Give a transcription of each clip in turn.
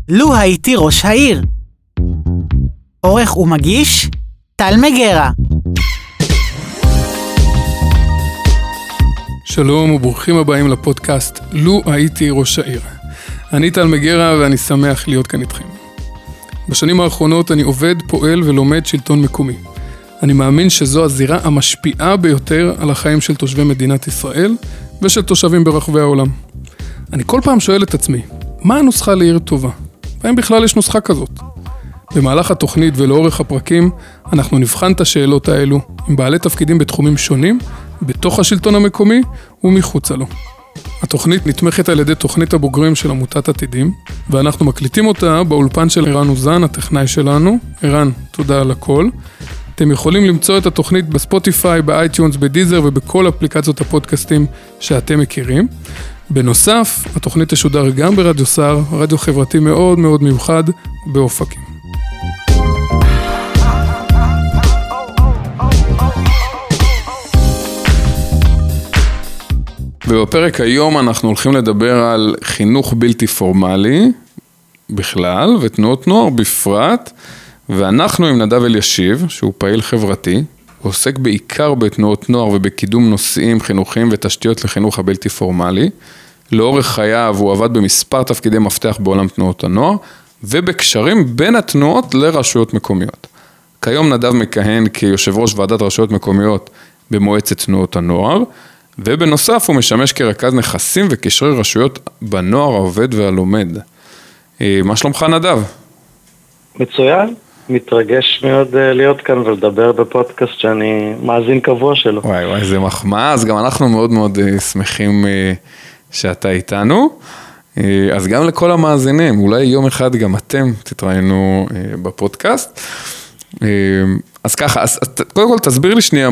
לו הייתי ראש העיר. עורך ומגיש, טל מגרה. שלום וברוכים הבאים לפודקאסט לו הייתי ראש העיר. אני טל מגרה ואני שמח להיות כאן איתכם. בשנים האחרונות אני עובד, פועל ולומד שלטון מקומי. אני מאמין שזו הזירה המשפיעה ביותר על החיים של תושבי מדינת ישראל ושל תושבים ברחבי העולם. אני כל פעם שואל את עצמי, מה הנוסחה לעיר טובה? והאם בכלל יש נוסחה כזאת? במהלך התוכנית ולאורך הפרקים אנחנו נבחן את השאלות האלו עם בעלי תפקידים בתחומים שונים, בתוך השלטון המקומי ומחוצה לו. התוכנית נתמכת על ידי תוכנית הבוגרים של עמותת עתידים, ואנחנו מקליטים אותה באולפן של ערן אוזן, הטכנאי שלנו. ערן, תודה על הכל. אתם יכולים למצוא את התוכנית בספוטיפיי, באייטיונס, בדיזר ובכל אפליקציות הפודקאסטים שאתם מכירים. בנוסף, התוכנית תשודר גם ברדיו סער, רדיו חברתי מאוד מאוד מיוחד באופקים. ובפרק היום אנחנו הולכים לדבר על חינוך בלתי פורמלי בכלל ותנועות נוער בפרט, ואנחנו עם נדב אלישיב, שהוא פעיל חברתי, עוסק בעיקר בתנועות נוער ובקידום נושאים חינוכיים ותשתיות לחינוך הבלתי פורמלי. לאורך חייו הוא עבד במספר תפקידי מפתח בעולם תנועות הנוער, ובקשרים בין התנועות לרשויות מקומיות. כיום נדב מכהן כיושב ראש ועדת רשויות מקומיות במועצת תנועות הנוער, ובנוסף הוא משמש כרכז נכסים וקשרי רשויות בנוער העובד והלומד. מה שלומך נדב? מצוין, מתרגש מאוד להיות כאן ולדבר בפודקאסט שאני מאזין קבוע שלו. וואי, זה מחמאה, אז גם אנחנו מאוד מאוד שמחים שאתה איתנו. אז גם לכל המאזינים, אולי יום אחד גם אתם תתראינו בפודקאסט. אז ככה, אז קודם כל תסביר לי שנייה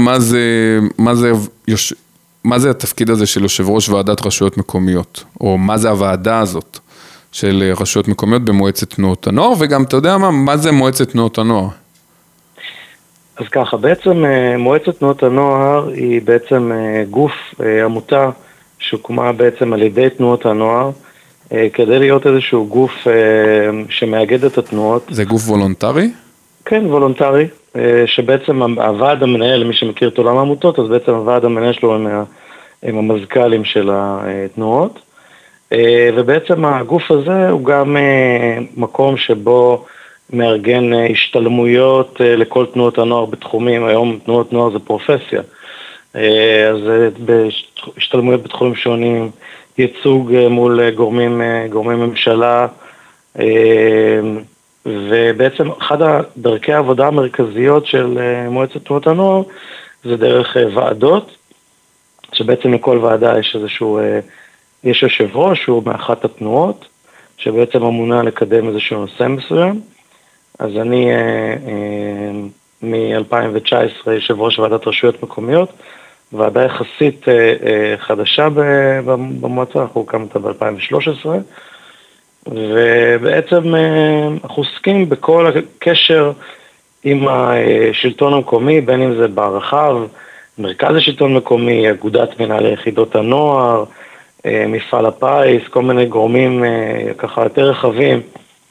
מה זה התפקיד הזה של יושב ראש ועדת רשויות מקומיות, או מה זה הוועדה הזאת של רשויות מקומיות במועצת תנועות הנוער, וגם אתה יודע מה זה מועצת תנועות הנוער? אז ככה, בעצם מועצת תנועות הנוער היא בעצם גוף, עמותה שהוקמה בעצם על ידי תנועות הנוער, כדי להיות איזשהו גוף שמאגד את התנועות. זה גוף וולונטרי? כן, וולונטרי, שבעצם הוועד המנהל, מי שמכיר את עולם העמותות, אז בעצם הוועד המנהל שלו הם המזכ"לים של התנועות, ובעצם הגוף הזה הוא גם מקום שבו מארגן השתלמויות לכל תנועות הנוער בתחומים. היום תנועות נוער זה פרופסיה, אז בהשתלמויות בתחומים שונים, ייצוג מול גורמי ממשלה, ובעצם אחד דרכי העבודה המרכזיות של מועצת תנועות הנוער זה דרך ועדות, שבעצם לכל ועדה יש יש יושב ראש, שהוא מאחת התנועות, שבעצם אמונה לקדם איזשהו נושא מסוים. אז אני מ-2019 יושב ראש ועדת רשויות מקומיות, ועדה יחסית חדשה במועצה, אנחנו הוקמנו אותה ב-2013, ובעצם אנחנו עוסקים בכל הקשר עם השלטון המקומי, בין אם זה ברחב, מרכז השלטון המקומי, אגודת מנהלי יחידות הנוער, מפעל הפיס, כל מיני גורמים ככה יותר רחבים,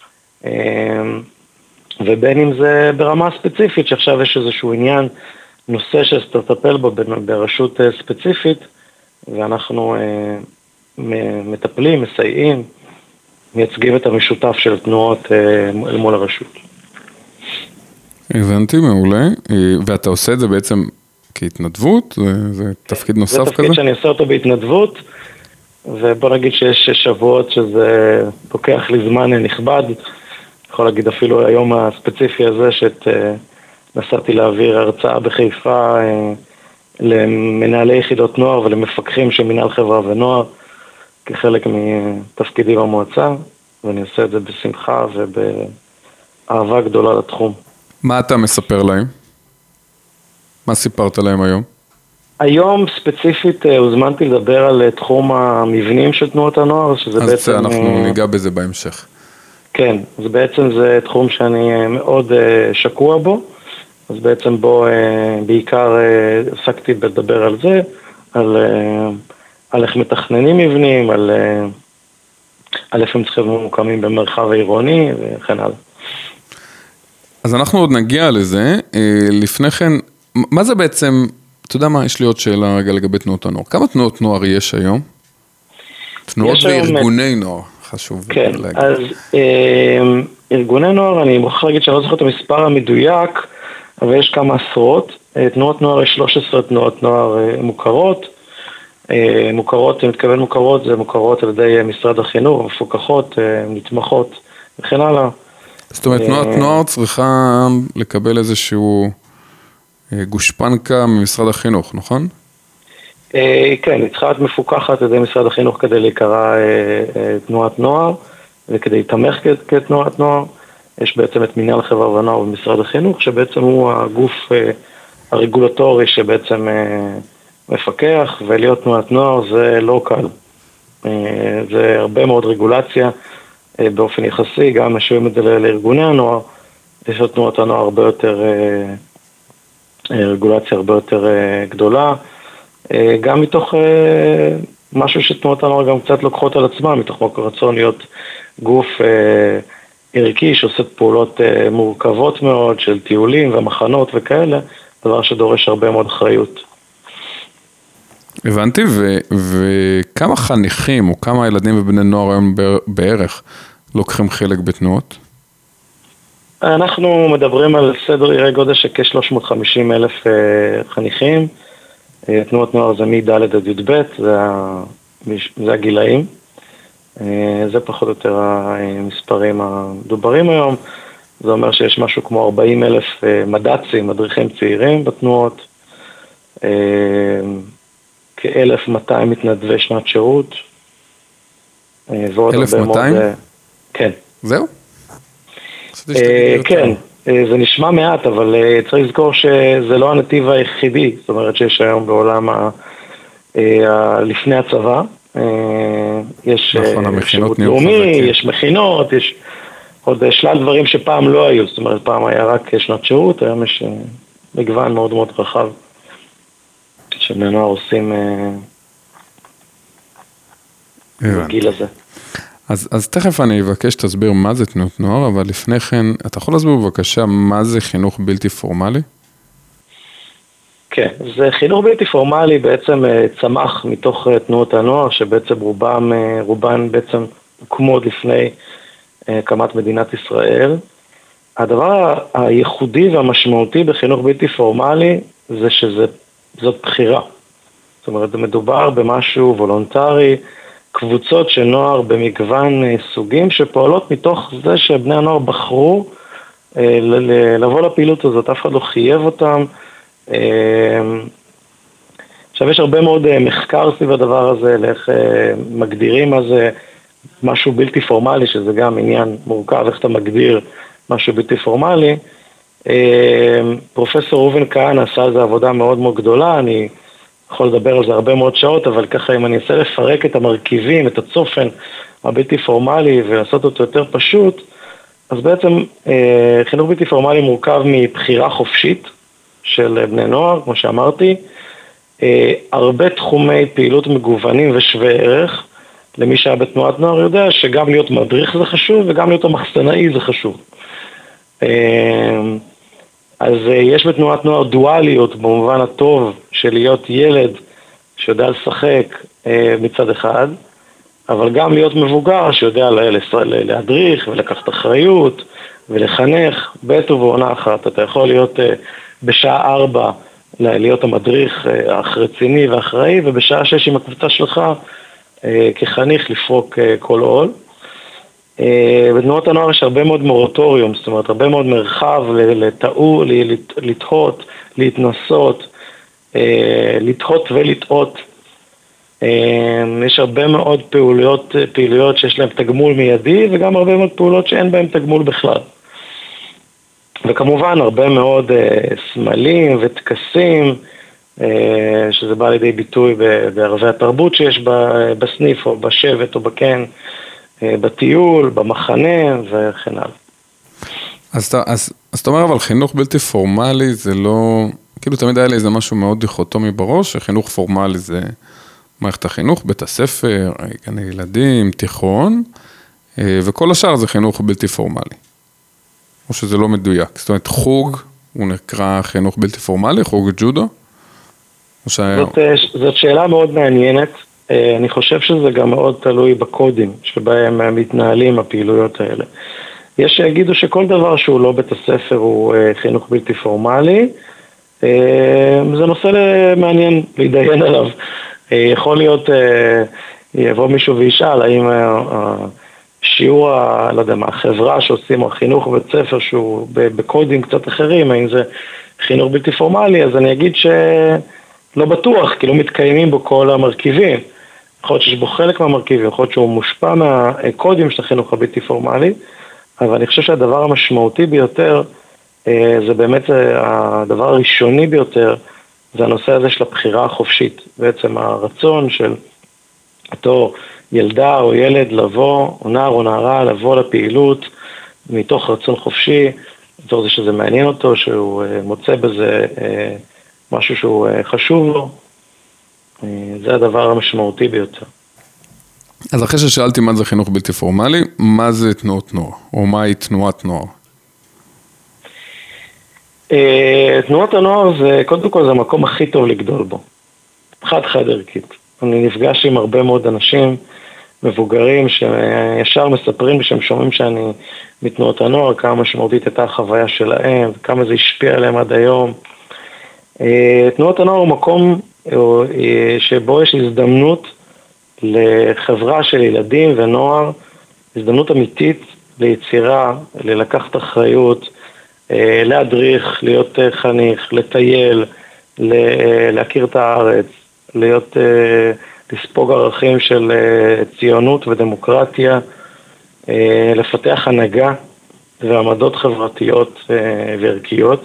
ובין אם זה ברמה ספציפית, שעכשיו יש איזשהו עניין, נושא שתטפל בו ברשות ספציפית, ואנחנו מטפלים, מסייעים, מייצגים את המשותף של תנועות אל מול הרשות. הבנתי, מעולה. ואתה עושה את זה בעצם כהתנדבות? זה תפקיד נוסף כזה? זה תפקיד שאני עושה אותו בהתנדבות, ובוא נגיד שיש שבועות שזה לוקח לי זמן נכבד. יכול להגיד אפילו היום הספציפי הזה שנסעתי להעביר הרצאה בחיפה למנהלי יחידות נוער ולמפקחים של מנהל חברה ונוער, כחלק מתפקידי במועצה, ואני עושה את זה בשמחה ובאהבה גדולה לתחום. מה אתה מספר להם? מה סיפרת להם היום? היום ספציפית הוזמנתי לדבר על תחום המבנים של תנועות הנוער, שזה אז בעצם... אנחנו ניגע בזה בהמשך. כן, אז בעצם זה תחום שאני מאוד שקוע בו, אז בעצם בו בעיקר עסקתי בלדבר על זה, על איך מתכננים מבנים, על א' הם צריכים להיות ממוקמים במרחב העירוני וכן הלאה. אז אנחנו עוד נגיע לזה. לפני כן, מה זה בעצם, אתה יודע מה, יש לי עוד שאלה רגע לגבי תנועות הנוער. כמה תנועות נוער יש היום? תנועות וארגוני נוער, חשוב כן, להגיד. אז ארגוני נוער, אני מוכרח להגיד שאני לא זוכר את המספר המדויק, אבל יש כמה עשרות. תנועות נוער, יש 13 תנועות נוער מוכרות. מוכרות, אני מתכוון מוכרות, זה מוכרות על ידי משרד החינוך, מפוקחות, נתמכות וכן הלאה. זאת אומרת, תנועת נוער צריכה לקבל איזשהו גושפנקה ממשרד החינוך, נכון? כן, היא צריכה להיות מפוקחת על ידי משרד החינוך כדי להיקרא תנועת נוער, וכדי להתמך כתנועת נוער. יש בעצם את מנהל חברה ונוער במשרד החינוך, שבעצם הוא הגוף הרגולטורי שבעצם מפקח, ולהיות תנועת נוער זה לא קל. זה הרבה מאוד רגולציה באופן יחסי, גם משווים את זה לארגוני הנוער, יש לתנועות הנוער הרבה יותר, רגולציה הרבה יותר גדולה, גם מתוך משהו שתנועות הנוער גם קצת לוקחות על עצמם, מתוך רצון להיות גוף ערכי שעושה פעולות מורכבות מאוד של טיולים ומחנות וכאלה, דבר שדורש הרבה מאוד אחריות. הבנתי, וכמה חניכים או כמה ילדים ובני נוער היום בערך לוקחים חלק בתנועות? אנחנו מדברים על סדר גודל של כ-350,000 חניכים. תנועות נוער זה מד' עד י"ב, זה הגילאים. זה פחות או יותר המספרים המדוברים היום. זה אומר שיש משהו כמו 40,000 מד"צים, מדריכים צעירים בתנועות. כ-1,200 מתנדבי שנת שירות. 1,200? כן. זהו? כן, זה נשמע מעט, אבל צריך לזכור שזה לא הנתיב היחידי, זאת אומרת שיש היום בעולם לפני הצבא, יש שירות לאומי, יש מכינות, יש עוד שלל דברים שפעם לא היו, זאת אומרת פעם היה רק שנת שירות, היום יש מגוון מאוד מאוד רחב שבני נוער עושים בגיל הזה. אז תכף אני אבקש תסביר מה זה תנועות נוער, אבל לפני כן, אתה יכול להסביר בבקשה מה זה חינוך בלתי פורמלי? כן, זה חינוך בלתי פורמלי בעצם צמח מתוך תנועות הנוער, שבעצם רובן בעצם הוקמו עוד לפני הקמת מדינת ישראל. הדבר הייחודי והמשמעותי בחינוך בלתי פורמלי זה שזאת בחירה. זאת אומרת, מדובר במשהו וולונטרי, קבוצות של נוער במגוון סוגים שפועלות מתוך זה שבני הנוער בחרו לבוא לפעילות הזאת, אף אחד לא חייב אותם. עכשיו יש הרבה מאוד מחקר סביב הדבר הזה, לאיך מגדירים מה זה משהו בלתי פורמלי, שזה גם עניין מורכב, איך אתה מגדיר משהו בלתי פורמלי. פרופסור ראובן כהנא עשה על זה עבודה מאוד מאוד גדולה, אני יכול לדבר על זה הרבה מאוד שעות, אבל ככה אם אני אנסה לפרק את המרכיבים, את הצופן הבלתי פורמלי ולעשות אותו יותר פשוט, אז בעצם חינוך בלתי פורמלי מורכב מבחירה חופשית של בני נוער, כמו שאמרתי, הרבה תחומי פעילות מגוונים ושווה ערך, למי שהיה בתנועת נוער יודע שגם להיות מדריך זה חשוב וגם להיות המחסנאי זה חשוב. אז יש בתנועת נוער דואליות במובן הטוב של להיות ילד שיודע לשחק מצד אחד, אבל גם להיות מבוגר שיודע להדריך ולקחת אחריות ולחנך בעת ובעונה אחת. אתה יכול להיות בשעה 4 להיות המדריך הרציני והאחראי, ובשעה 6 עם הקבוצה שלך כחניך לפרוק כל עול. בתנועות הנוער יש הרבה מאוד מורטוריום, זאת אומרת הרבה מאוד מרחב לתהות, להתנסות, לתהות ולטעות. יש הרבה מאוד פעילויות שיש להן תגמול מיידי, וגם הרבה מאוד פעולות שאין בהן תגמול בכלל. וכמובן הרבה מאוד סמלים וטקסים, שזה בא לידי ביטוי בערבי התרבות שיש בסניף או בשבט או בקן, בטיול, במחנה וכן הלאה. אז אתה אומר, אבל חינוך בלתי פורמלי זה לא, כאילו תמיד היה לי איזה משהו מאוד דיכוטומי בראש, שחינוך פורמלי זה מערכת החינוך, בית הספר, גני ילדים, תיכון, וכל השאר זה חינוך בלתי פורמלי. או שזה לא מדויק. זאת אומרת, חוג, הוא נקרא חינוך בלתי פורמלי, חוג ג'ודו? זאת שאלה מאוד מעניינת. אני חושב שזה גם מאוד תלוי בקודים שבהם מתנהלים הפעילויות האלה. יש שיגידו שכל דבר שהוא לא בית הספר הוא חינוך בלתי פורמלי. זה נושא מעניין להידיין עליו. יכול להיות, יבוא מישהו וישאל, האם שיעור, לא יודע מה, החברה שעושים, או החינוך בבית ספר שהוא בקודים קצת אחרים, האם זה חינוך בלתי פורמלי, אז אני אגיד שלא בטוח, כי לא מתקיימים בו כל המרכיבים. יכול להיות שיש בו חלק מהמרכיבים, יכול להיות שהוא מושפע מהקודים של החינוך הבלתי פורמלי, אבל אני חושב שהדבר המשמעותי ביותר, זה באמת הדבר הראשוני ביותר, זה הנושא הזה של הבחירה החופשית. בעצם הרצון של אותו ילדה או ילד לבוא, או נער או נערה, לבוא לפעילות מתוך רצון חופשי, מתוך זה שזה מעניין אותו, שהוא מוצא בזה משהו שהוא חשוב לו. זה הדבר המשמעותי ביותר. אז אחרי ששאלתי מה זה חינוך בלתי פורמלי, מה זה תנועות נוער, או מהי תנועת נוער? תנועות הנוער זה, קודם כל זה המקום הכי טוב לגדול בו. חד ערכית. אני נפגש עם הרבה מאוד אנשים מבוגרים שישר מספרים שהם שומעים שאני מתנועות הנוער, כמה משמעותית הייתה החוויה שלהם, כמה זה השפיע עליהם עד היום. תנועות הנוער הוא מקום שבו יש הזדמנות לחברה של ילדים ונוער, הזדמנות אמיתית ליצירה, ללקחת אחריות, להדריך, להיות חניך, לטייל, להכיר את הארץ, לספוג ערכים של ציונות ודמוקרטיה, לפתח הנהגה ועמדות חברתיות וערכיות.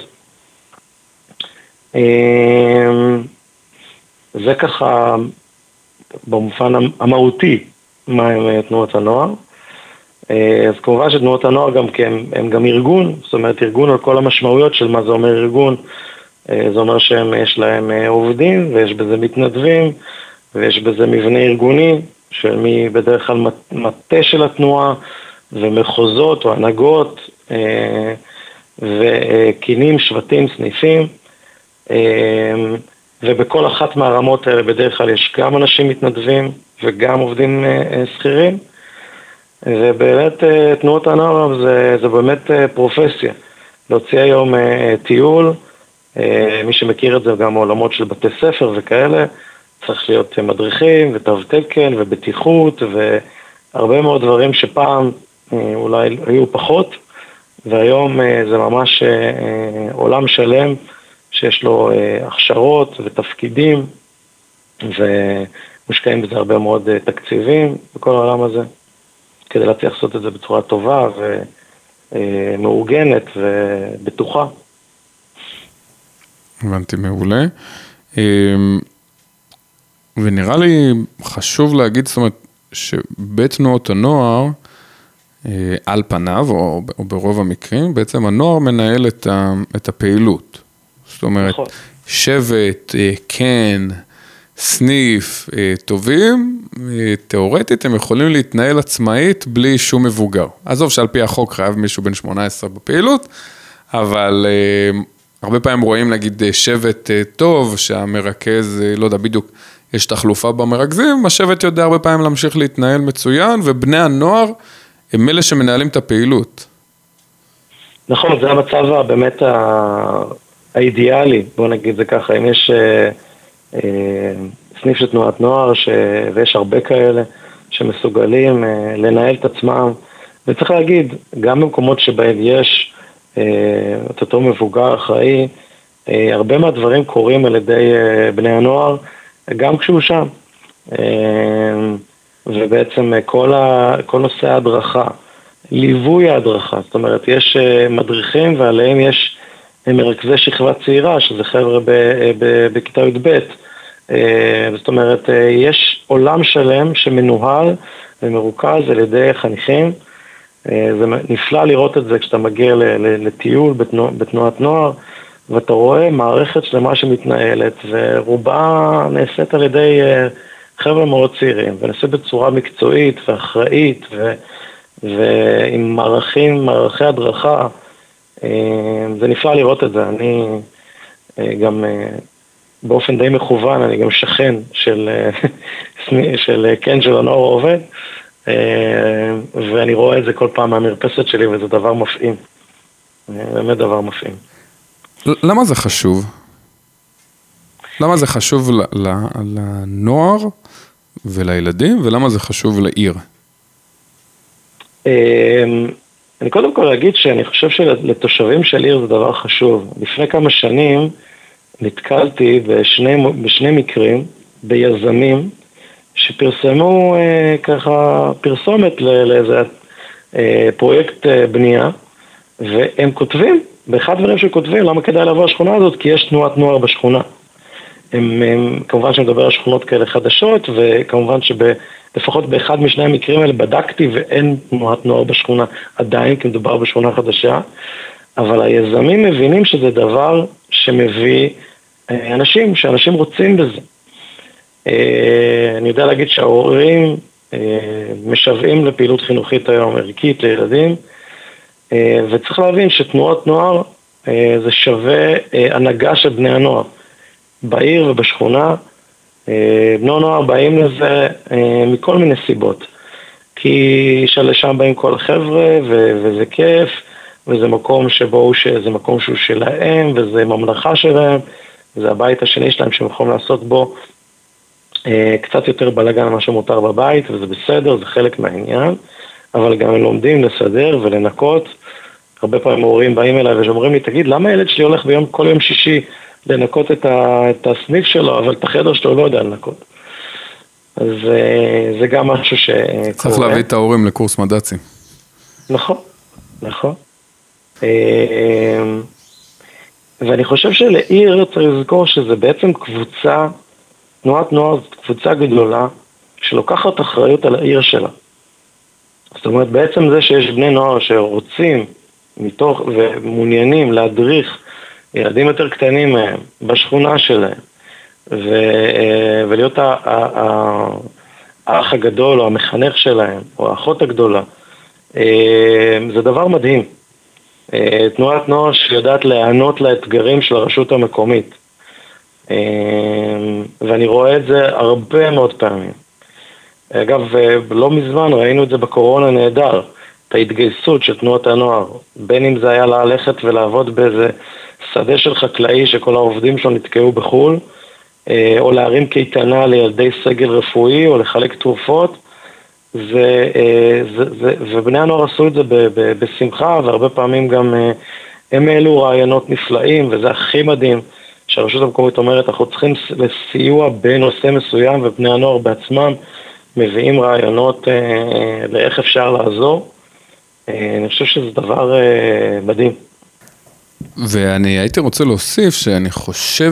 זה ככה במובן המהותי מה תנועות הנוער. אז כמובן שתנועות הנוער גם הם גם ארגון, זאת אומרת ארגון על כל המשמעויות של מה זה אומר ארגון. זה אומר שיש להם עובדים ויש בזה מתנדבים ויש בזה מבנה ארגוני של מי בדרך כלל מטה של התנועה ומחוזות או הנהגות וקינים, שבטים, סניפים, ובכל אחת מהרמות האלה בדרך כלל יש גם אנשים מתנדבים וגם עובדים שכירים, ובאמת תנועות הנוער זה באמת פרופסיה. להוציא היום טיול, מי שמכיר את זה גם עולמות של בתי ספר וכאלה, צריך להיות מדריכים ותו תקן ובטיחות והרבה מאוד דברים שפעם אולי היו פחות, והיום זה ממש עולם שלם שיש לו הכשרות ותפקידים, ומושקעים בזה הרבה מאוד תקציבים בכל העולם הזה, כדי להצליח לעשות את זה בצורה טובה ומאורגנת ובטוחה. הבנתי, מעולה. ונראה לי חשוב להגיד, זאת אומרת, שבתנועות הנוער, על פניו, או ברוב המקרים, בעצם הנוער מנהל את הפעילות. זאת אומרת, נכון. שבט, כן, סניף, טובים, תיאורטית הם יכולים להתנהל עצמאית בלי שום מבוגר. עזוב שעל פי החוק חייב מישהו בן 18 בפעילות, אבל הרבה פעמים רואים נגיד שבט טוב, שהמרכז, לא יודע בדיוק, יש תחלופה במרכזים, השבט יודע הרבה פעמים להמשיך להתנהל מצוין, ובני הנוער הם אלה שמנהלים את הפעילות. נכון, זה המצב באמת האידיאלי, בוא נגיד זה ככה, אם יש סניף של תנועת נוער, ויש הרבה כאלה שמסוגלים לנהל את עצמם, וצריך להגיד, גם במקומות שבהם יש את אותו מבוגר אחראי, הרבה מהדברים קורים על ידי בני הנוער, גם כשהוא שם. ובעצם כל נושא ההדרכה, ליווי ההדרכה, זאת אומרת, יש מדריכים ועליהם יש מרכזי שכבה צעירה, שזה חבר'ה בכיתה י"ב. זאת אומרת, יש עולם שלם שמנוהל ומרוכז על ידי חניכים. זה נפלא לראות את זה כשאתה מגיע לטיול בתנועת נוער, ואתה רואה מערכת שלמה שמתנהלת, ורובה נעשית על ידי חבר'ה מאוד צעירים, ונעשה בצורה מקצועית ואחראית, ועם מערכי הדרכה, זה נפלא לראות את זה. אני גם באופן די מכוון, אני גם שכן של קן של הנוער עובד, ואני רואה את זה כל פעם מהמרפסת שלי, וזה דבר מפעים. באמת דבר מפעים. למה זה חשוב? למה זה חשוב לנוער ולילדים, ולמה זה חשוב לעיר? אני קודם כל אגיד שאני חושב שלתושבים של עיר זה דבר חשוב. לפני כמה שנים נתקלתי בשני מקרים, ביזמים, שפרסמו ככה פרסומת לאיזה פרויקט בנייה, והם כותבים, באחד דברים שכותבים, למה כדאי לבוא השכונה הזאת? כי יש תנועת נוער בשכונה. כמובן שמדבר על שכונות כאלה חדשות, וכמובן שלפחות באחד משני המקרים האלה בדקתי, ואין תנועת נוער בשכונה עדיין, כי מדובר בשכונה חדשה, אבל היזמים מבינים שזה דבר שמביא אנשים, שאנשים רוצים בזה. אני יודע להגיד שההורים משוועים לפעילות חינוכית היום, ערכית לילדים, וצריך להבין שתנועות נוער זה שווה הנהגה של בני הנוער. בעיר ובשכונה, בני הנוער באים לזה מכל מיני סיבות. כי שלשם באים כל החבר'ה, וזה כיף, וזה מקום זה מקום שהוא שלהם, וזה ממלכה שלהם, וזה הבית השני שלהם שהם יכולים לעשות בו קצת יותר בלגן ממה שמותר בבית, וזה בסדר, זה חלק מהעניין, אבל גם הם לומדים לסדר ולנקות. הרבה פעמים ההורים באים אליי ואומרים לי, תגיד, למה הילד שלי הולך כל יום שישי לנקות את הסניף שלו, אבל את החדר שלו לא יודע לנקות. אז זה גם משהו שקורה. צריך להביא את ההורים לקורס מד"צים. נכון, נכון. ואני חושב שלעיר צריך לזכור שזה בעצם קבוצה, תנועת נוער זאת קבוצה גדולה, שלוקחת אחריות על העיר שלה. זאת אומרת, בעצם זה שיש בני נוער שרוצים ומעוניינים להדריך ילדים יותר קטנים מהם, בשכונה שלהם, ולהיות האח הגדול או המחנך שלהם, או האחות הגדולה, זה דבר מדהים. תנועת נוער שיודעת להיענות לאתגרים של הרשות המקומית. ואני רואה את זה הרבה מאוד פעמים. אגב, לא מזמן ראינו את זה בקורונה נהדר, את ההתגייסות של תנועות הנוער, בין אם זה היה ללכת ולעבוד באיזה שדה של חקלאי שכל העובדים שלו נתקעו בחול, או להרים קייטנה לילדי סגל רפואי, או לחלק תרופות, ובני הנוער עשו את זה בשמחה, והרבה פעמים גם הם העלו רעיונות נפלאים, וזה הכי מדהים, שהרשות המקומית אומרת, אנחנו צריכים לסיוע בנושא מסוים, ובני הנוער בעצמם מביאים רעיונות לאיך אפשר לעזור. אני חושב שזה דבר מדהים. ואני הייתי רוצה להוסיף שאני חושב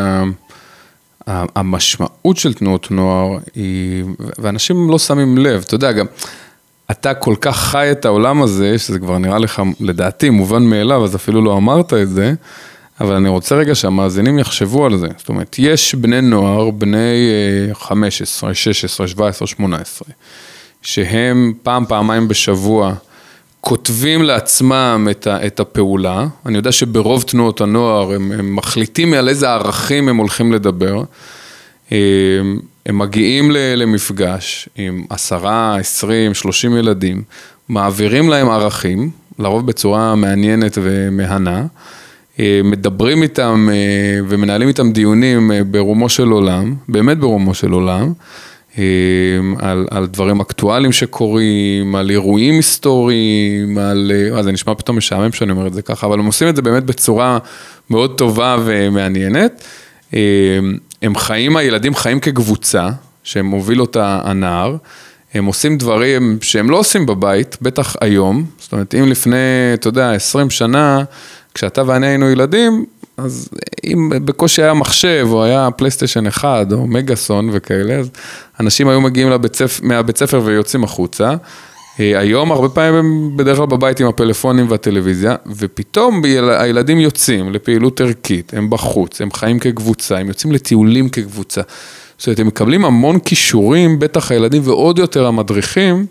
שהמשמעות של תנועות נוער היא, ואנשים לא שמים לב, אתה יודע, גם אתה כל כך חי את העולם הזה, שזה כבר נראה לך לדעתי מובן מאליו, אז אפילו לא אמרת את זה, אבל אני רוצה רגע שהמאזינים יחשבו על זה. זאת אומרת, יש בני נוער, בני 15, 16, 17, 18, שהם פעמיים בשבוע כותבים לעצמם את הפעולה. אני יודע שברוב תנועות הנוער הם מחליטים על איזה ערכים הם הולכים לדבר. הם מגיעים למפגש עם 10, 20, 30 ילדים, מעבירים להם ערכים, לרוב בצורה מעניינת ומהנה, מדברים איתם ומנהלים איתם דיונים ברומו של עולם, באמת ברומו של עולם, על דברים אקטואליים שקורים, על אירועים היסטוריים, זה נשמע פתאום משעמם שאני אומר את זה ככה, אבל הם עושים את זה באמת בצורה מאוד טובה ומעניינת. הם חיים, הילדים חיים כקבוצה, שהם מוביל אותה הנער, הם עושים דברים שהם לא עושים בבית, בטח היום, זאת אומרת, אם לפני, אתה יודע, 20 שנה, כשאתה ואני היינו ילדים, אז אם בקושי היה מחשב, או היה פלייסטיישן 1, או מגאסון וכאלה, אז אנשים היו מגיעים מהבית ספר ויוצאים החוצה. היום הרבה פעמים הם בדרך כלל בבית עם הפלאפונים והטלוויזיה, ופתאום הילדים יוצאים לפעילות ערכית, הם בחוץ, הם חיים כקבוצה, הם יוצאים לטיולים כקבוצה. זאת אומרת, הם מקבלים המון כישורים, בטח הילדים ועוד יותר המדריכים,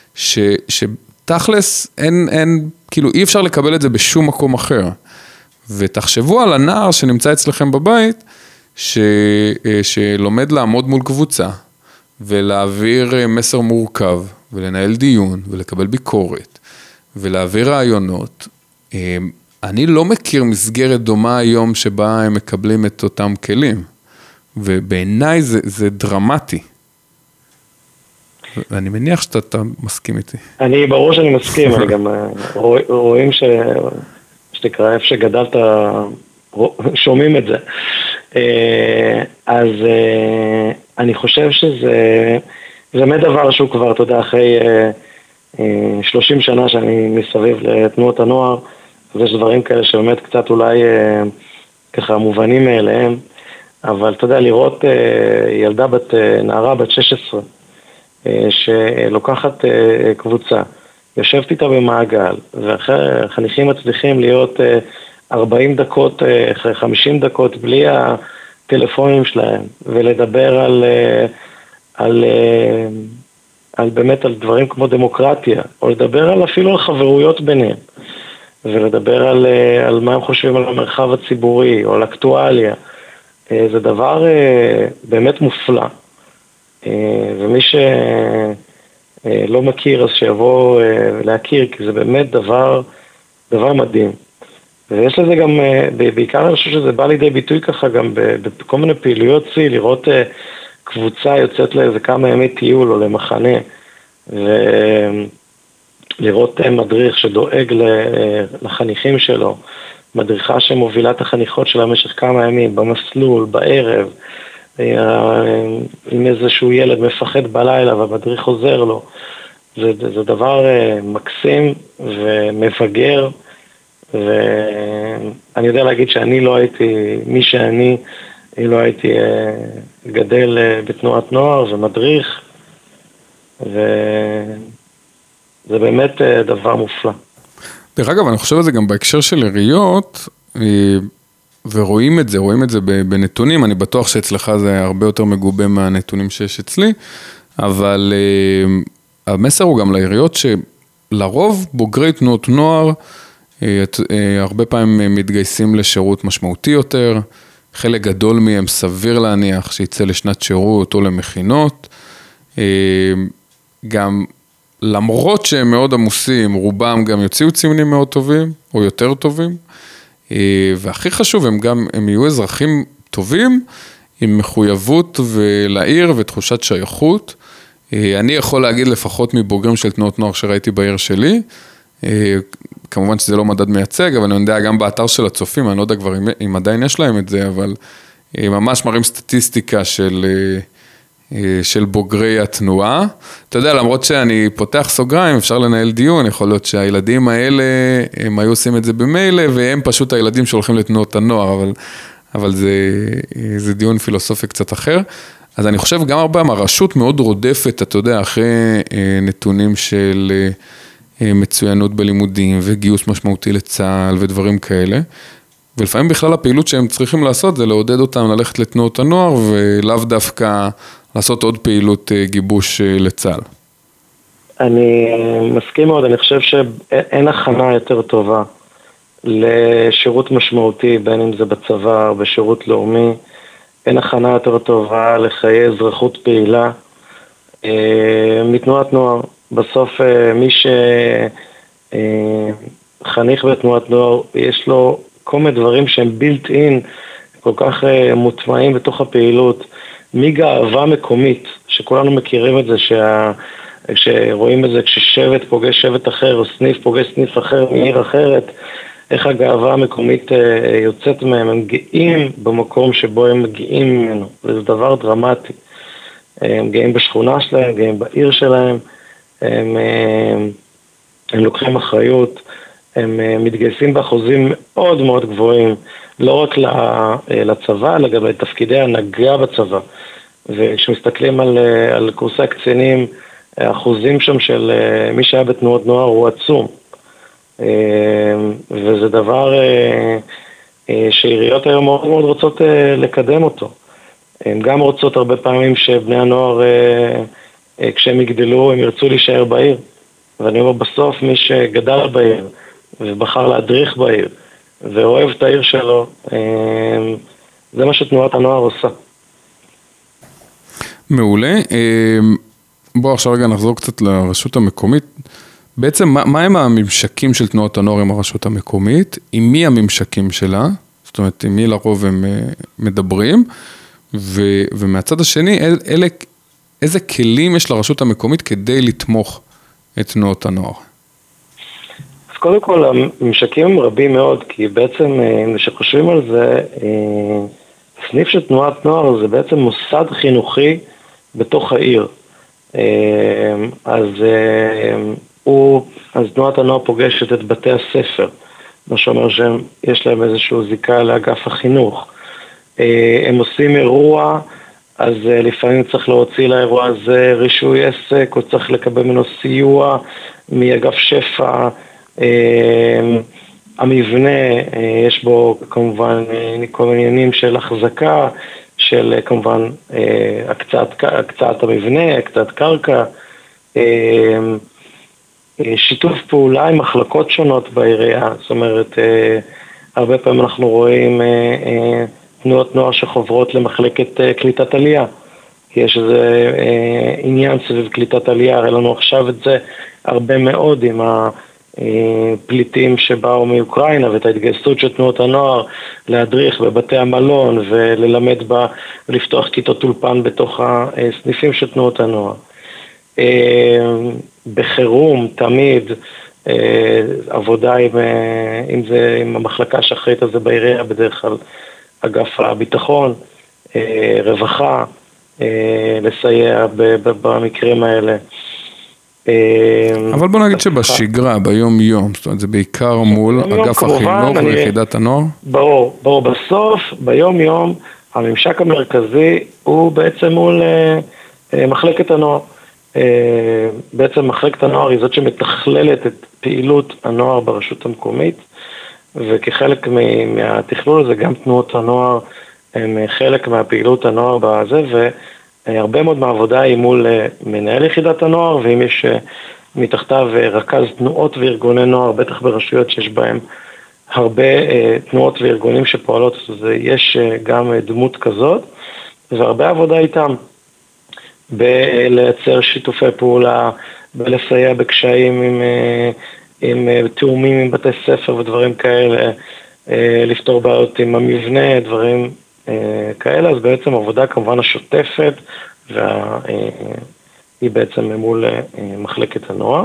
שתכלס אין, כאילו אי אפשר לקבל את זה בשום מקום אחר. ותחשבו על הנער שנמצא אצלכם בבית, שלומד לעמוד מול קבוצה, ולהעביר מסר מורכב, ולנהל דיון, ולקבל ביקורת, ולהעביר רעיונות. אני לא מכיר מסגרת דומה היום שבה הם מקבלים את אותם כלים, ובעיניי זה דרמטי. ואני מניח שאתה מסכים איתי. ברור שאני מסכים, אני גם רואים שתקרא איפה שגדלת, שומעים את זה. אז אני חושב שזה באמת דבר שהוא כבר, אתה יודע, אחרי 30 שנה שאני מסביב לתנועות הנוער, ויש דברים כאלה שבאמת קצת אולי ככה מובנים מאליהם, אבל אתה יודע, לראות נערה בת 16, שלוקחת קבוצה, יושבת איתה במעגל, והחניכים מצליחים להיות 40 דקות, 50 דקות בלי הטלפונים שלהם, ולדבר על באמת על דברים כמו דמוקרטיה, או לדבר אפילו על חברויות ביניהם, ולדבר על מה הם חושבים על המרחב הציבורי, או על אקטואליה. זה דבר באמת מופלא. ומי שלא מכיר, אז שיבוא להכיר, כי זה באמת דבר מדהים. ויש לזה גם, בעיקר אני חושב שזה בא לידי ביטוי ככה גם בכל מיני פעילויות צי, לראות קבוצה יוצאת לאיזה כמה ימי טיול או למחנה, ולראות מדריך שדואג לחניכים שלו, מדריכה שמובילה את החניכות שלה במשך כמה ימים, במסלול, בערב, אם איזשהו ילד מפחד בלילה והמדריך עוזר לו. זה דבר מקסים ומפגר, ואני יודע להגיד שאני לא הייתי, מי שאני לא הייתי גדל בתנועת נוער ומדריך, וזה באמת דבר מופלא. דרך אגב, אני חושב על זה גם בהקשר של עיריות, ורואים את זה בנתונים, אני בטוח שאצלך זה הרבה יותר מגובה מהנתונים שיש אצלי, אבל המסר הוא גם לעיריות שלרוב בוגרי תנועות נוער, הרבה פעמים מתגייסים לשירות משמעותי יותר, חלק גדול מהם סביר להניח שיצא לשנת שירות או למכינות, גם למרות שהם מאוד עמוסים, רובם גם יוציאו ציונים מאוד טובים או יותר טובים, והכי חשוב, הם יהיו אזרחים טובים עם מחויבות לעיר ותחושת שייכות. אני יכול להגיד לפחות מבוגרים של תנועות נוער שראיתי בעיר שלי, כמובן שזה לא מדד מייצג, אבל אני יודע גם באתר של הצופים, אני לא יודע כבר אם עדיין יש להם את זה, אבל ממש מראים סטטיסטיקה של בוגרי התנועה. אתה יודע, למרות שאני פותח סוגריים, אפשר לנהל דיון, יכול להיות שהילדים האלה, הם היו עושים את זה במילא, והם פשוט הילדים שהולכים לתנועות הנוער, אבל זה דיון פילוסופי קצת אחר. אז אני חושב גם הרבה, הרשות מאוד רודפת, אתה יודע, אחרי נתונים של מצוינות בלימודים, וגיוס משמעותי לצה"ל, ודברים כאלה. ולפעמים בכלל הפעילות שהם צריכים לעשות, זה לעודד אותם ללכת לתנועות הנוער, ולאו דווקא לעשות עוד פעילות גיבוש לצה"ל. אני מסכים מאוד, אני חושב שאין הכנה יותר טובה לשירות משמעותי, בין אם זה בצבא או בשירות לאומי, אין הכנה יותר טובה לחיי אזרחות פעילה מתנועת נוער. בסוף מי שחניך בתנועת נוער, יש לו כל מיני דברים שהם built in, כל כך מוטמעים בתוך הפעילות, מגאווה מקומית, שכולנו מכירים את זה, שרואים את זה כששבט פוגש שבט אחר, או סניף פוגש סניף אחר מעיר אחרת, איך הגאווה המקומית יוצאת מהם, הם גאים במקום שבו הם מגיעים ממנו, וזה דבר דרמטי. הם גאים בשכונה שלהם, גאים בעיר שלהם, הם לוקחים אחריות, הם מתגייסים באחוזים מאוד מאוד גבוהים, לא רק לצבא, אלא גם לתפקידי הנהגה בצבא. וכשמסתכלים על קורסי הקצינים, האחוזים שם של מי שהיה בתנועות נוער הוא עצום. וזה דבר שעיריות היום מאוד מאוד רוצות לקדם אותו. הן גם רוצות הרבה פעמים שבני הנוער, כשהם יגדלו, הם ירצו להישאר בעיר. ואני אומר, בסוף מי שגדל בעיר ובחר להדריך בעיר ואוהב את העיר שלו, זה מה שתנועת הנוער עושה. מעולה. בואו עכשיו רגע נחזור קצת לרשות המקומית. בעצם מה הם הממשקים של תנועת הנוער עם הרשות המקומית? עם מי הממשקים שלה? זאת אומרת, עם מי לרוב הם מדברים? ומהצד השני, איזה כלים יש לרשות המקומית כדי לתמוך את תנועות הנוער? אז קודם כל, הממשקים הם רבים מאוד, כי בעצם, כשחושבים על זה, סניף של תנועת נוער זה בעצם מוסד חינוכי בתוך העיר. אז תנועת הנוער פוגשת את בתי הספר, מה שאומר שיש להם איזשהו זיקה לאגף החינוך. הם עושים אירוע, אז לפעמים צריך להוציא לאירוע הזה רישוי עסק, או צריך לקבל ממנו סיוע מאגף שפע. המבנה, יש בו כמובן כל מיני עניינים של החזקה, של כמובן הקצאת המבנה, הקצאת קרקע, שיתוף פעולה עם מחלקות שונות בעירייה. זאת אומרת, הרבה פעמים אנחנו רואים תנועות נוער שחוברות למחלקת קליטת עלייה, כי יש איזה עניין סביב קליטת עלייה. הרי לנו עכשיו את זה הרבה מאוד עם הפליטים שבאו מאוקראינה, ואת ההתגייסות של תנועות הנוער להדריך בבתי המלון וללמד ולפתוח כיתות אולפן בתוך הסניפים של תנועות הנוער. בחירום תמיד עבודה עם המחלקה שאחראית על זה בעירייה, בדרך כלל אגף הביטחון, רווחה, לסייע במקרים האלה. אבל בוא נגיד שבשגרה, ביום יום, זאת אומרת, זה בעיקר מול אגף החינוך ויחידת הנוער? ברור, בסוף, ביום יום, הממשק המרכזי הוא בעצם מול מחלקת הנוער. בעצם מחלקת הנוער היא זאת שמתכללת את פעילות הנוער ברשות המקומית, וכחלק מהתכלול הזה גם תנועות הנוער הם חלק מהפעילות הנוער בזה, והרבה מאוד מהעבודה היא מול מנהל יחידת הנוער, ואם יש מתחתיו רכז תנועות וארגוני נוער, בטח ברשויות שיש בהם הרבה תנועות וארגונים שפועלות, אז יש גם דמות כזאת, והרבה עבודה איתם, בלייצר שיתופי פעולה, בלסייע בקשיים עם תאומים עם בתי ספר ודברים כאלה, לפתור בעיות עם המבנה, דברים כאלה. אז בעצם עבודה כמובן השוטפת, היא בעצם מול מחלקת הנוער.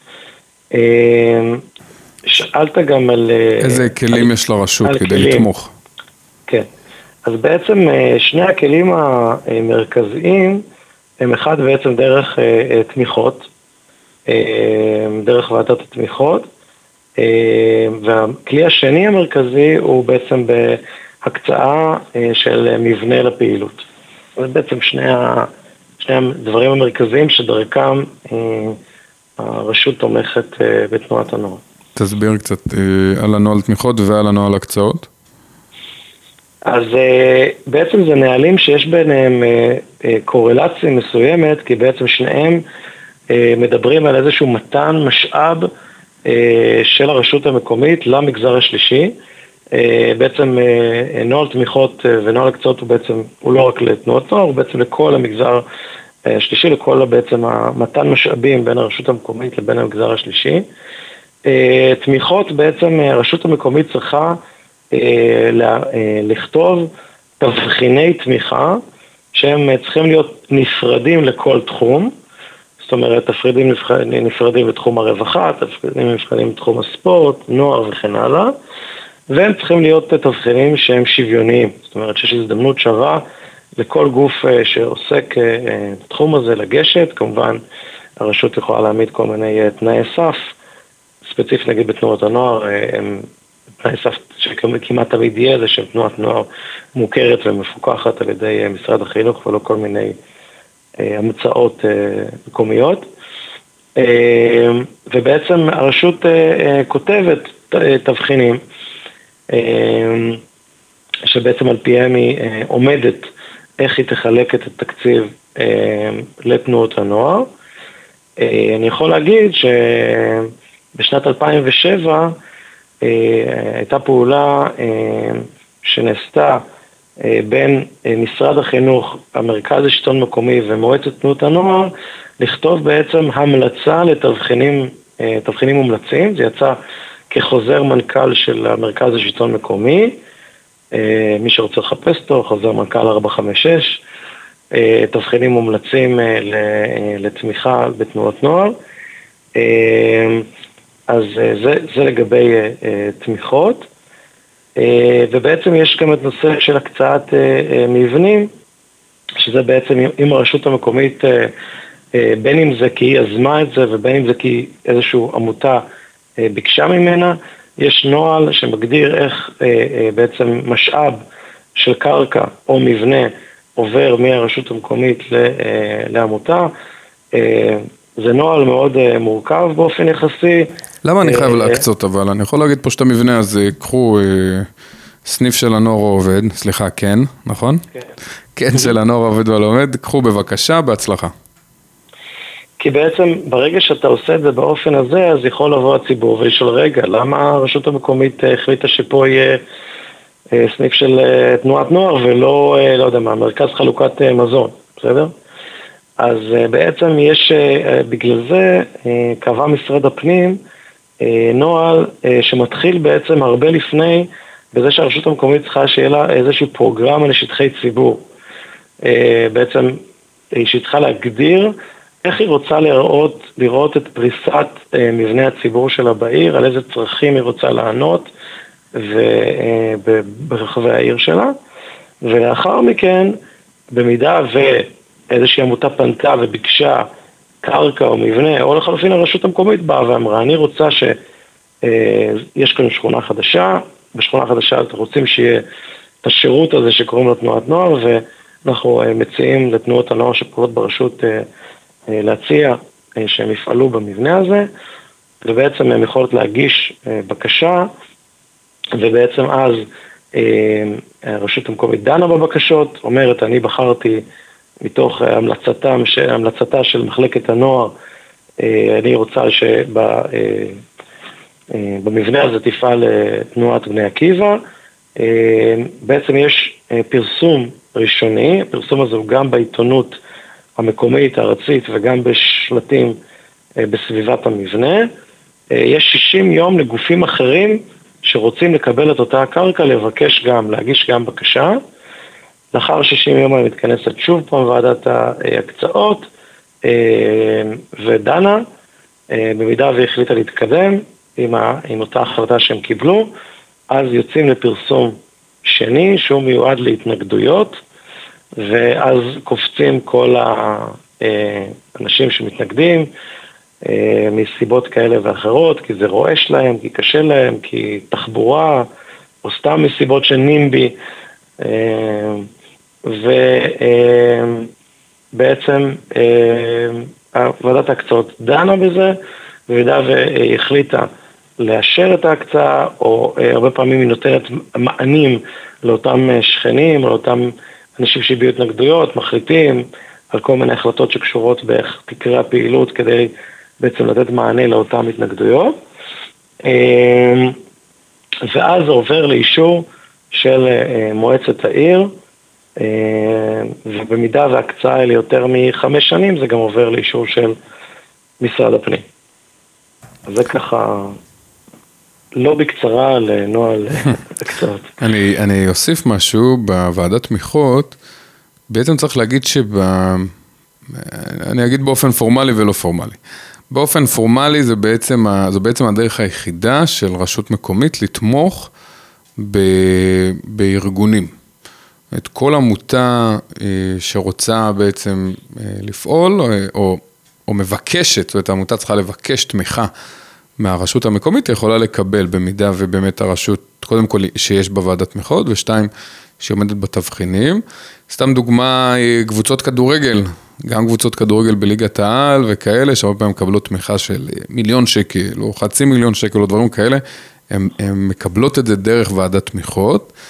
שאלת גם על... איזה כלים יש לרשות כדי לתמוך? כן, אז בעצם שני הכלים המרכזיים, הם אחד בעצם דרך תמיכות, דרך ועדת התמיכות, והכלי השני המרכזי הוא בעצם בהקצאה של מבנה לפעילות. זה בעצם שני הדברים המרכזיים שדרכם הרשות תומכת בתנועת הנוער. תסביר קצת על הנוהל תמיכות ועל הנוהל הקצאות. אז בעצם זה נהלים שיש ביניהם קורלציה מסוימת, כי בעצם שניהם מדברים על איזשהו מתן משאב של הרשות המקומית למגזר השלישי. בעצם נוהל תמיכות ונוהל הקצאות הוא לא רק לתנועות נוער, הוא בעצם לכל המגזר השלישי, לכל בעצם מתן משאבים בין הרשות המקומית לבין המגזר השלישי. תמיכות בעצם הרשות המקומית צריכה לכתוב תבחיני תמיכה שהם צריכים להיות נפרדים לכל תחום, זאת אומרת תפרידים נפרדים לתחום הרווחה, תפרידים נפרדים לתחום הספורט, נוער וכן הלאה, והם צריכים להיות תבחינים שהם שוויוניים, זאת אומרת שיש הזדמנות שווה לכל גוף שעוסק בתחום הזה לגשת. כמובן הרשות יכולה להעמיד כל מיני תנאי סף, ספציפית נגיד בתנועות הנוער, הם תנאי סף שכמעט תמיד יהיה, זה של תנועת נוער מוכרת ומפוקחת על ידי משרד החינוך, ולא כל מיני המצאות מקומיות. ובעצם הרשות כותבת תבחינים, שבעצם על פיהם היא עומדת איך היא תחלק את התקציב לתנועות הנוער. אני יכול להגיד שבשנת 2007 הייתה פעולה שנעשתה בין משרד החינוך, המרכז לשלטון מקומי ומועצת תנועות הנוער, לכתוב בעצם המלצה לתבחינים מומלצים. זה יצא כחוזר מנכ"ל של המרכז לשלטון מקומי, מי שרוצה לחפש אותו, חוזר מנכ"ל 456, תבחינים מומלצים לתמיכה בתנועות נוער. אז זה לגבי תמיכות, ובעצם יש גם את נושא של הקצאת מבנים, שזה בעצם אם הרשות המקומית, בין אם זה כי היא יזמה את זה ובין אם זה כי איזושהי עמותה ביקשה ממנה, יש נוהל שמגדיר איך בעצם משאב של קרקע או מבנה עובר מהרשות המקומית לעמותה. זה נוהל מאוד מורכב באופן יחסי. למה אני חייב להקצות אבל? אני יכול להגיד פה שאת המבנה הזה, קחו סניף של הנוער עובד, סליחה, כן, נכון? כן, של הנוער עובד ולומד, קחו בבקשה, בהצלחה. כי בעצם ברגע שאתה עושה את זה באופן הזה, אז יכול לבוא הציבור ולשאול, רגע, למה הרשות המקומית החליטה שפה יהיה סניף של תנועת נוער ולא, לא יודע מה, מרכז חלוקת מזון, בסדר? אז בעצם יש, בגלל זה קבע משרד הפנים נוהל שמתחיל בעצם הרבה לפני, בזה שהרשות המקומית צריכה שיהיה לה איזושהי פרוגרמה לשטחי ציבור. בעצם היא צריכה להגדיר איך היא רוצה לראות את פריסת מבנה הציבור שלה בעיר, על איזה צרכים היא רוצה לענות ברחבי העיר שלה, ולאחר מכן, במידה ואיזושהי עמותה פנתה וביקשה קרקע או מבנה, או לחלופין הרשות המקומית באה ואמרה, אני רוצה שיש כאן שכונה חדשה, בשכונה חדשה אנחנו רוצים שיהיה את השירות הזה שקוראים לו תנועת נוער, ואנחנו מציעים לתנועות הנוער שפועלות ברשות להציע שהם יפעלו במבנה הזה, ובעצם הם יכולות להגיש בקשה, ובעצם אז הרשות המקומית דנה בבקשות, אומרת אני בחרתי מתוך המלצתה של מחלקת הנוער, אני רוצה שבמבנה הזה תפעל תנועת בני עקיבא. בעצם יש פרסום ראשוני, הפרסום הזה הוא גם בעיתונות המקומית, הארצית, וגם בשלטים בסביבת המבנה. יש 60 יום לגופים אחרים שרוצים לקבל את אותה הקרקע, להגיש גם בקשה. לאחר 60 יום אני מתכנסת שוב פעם ועדת ההקצאות, ודנה, במידה והחליטה להתקדם עם אותה החלטה שהם קיבלו, אז יוצאים לפרסום שני שהוא מיועד להתנגדויות, ואז קופצים כל האנשים שמתנגדים מסיבות כאלה ואחרות, כי זה רועש להם, כי קשה להם, כי תחבורה, או סתם מסיבות של נימבי, ובעצם ועדת ההקצאות דנה בזה, במידה והיא החליטה לאשר את ההקצאה, או הרבה פעמים היא נותנת מענים לאותם שכנים, או לאותם אנשים שהביעו התנגדויות, מחליטים על כל מיני החלטות שקשורות באיך תקרה הפעילות, כדי בעצם לתת מענה לאותן התנגדויות. ואז זה עובר לאישור של מועצת העיר, ובמידה וההקצאה היא ליותר מ5 שנים, זה גם עובר לאישור של משרד הפנים. אז זה ככה, לא בקצרה לנוהל הקצאות. אני אוסיף משהו, בוועדת תמיכות, בעצם צריך להגיד אני אגיד באופן פורמלי ולא פורמלי. באופן פורמלי זו בעצם הדרך היחידה של רשות מקומית לתמוך בארגונים. את כל עמותה שרוצה בעצם לפעול, או מבקשת, זאת אומרת, העמותה צריכה לבקש תמיכה מהרשות המקומית, היא יכולה לקבל במידה ובאמת הרשות, קודם כל שיש בוועדת תמיכות, ושתיים, שעומדת בתבחינים. סתם דוגמה, קבוצות כדורגל, גם קבוצות כדורגל בליגת העל וכאלה, שהרבה פעמים מקבלות תמיכה של 1,000,000 שקל, או 500,000 שקל, או דברים כאלה, הן מקבלות את זה דרך ועדת תמיכות.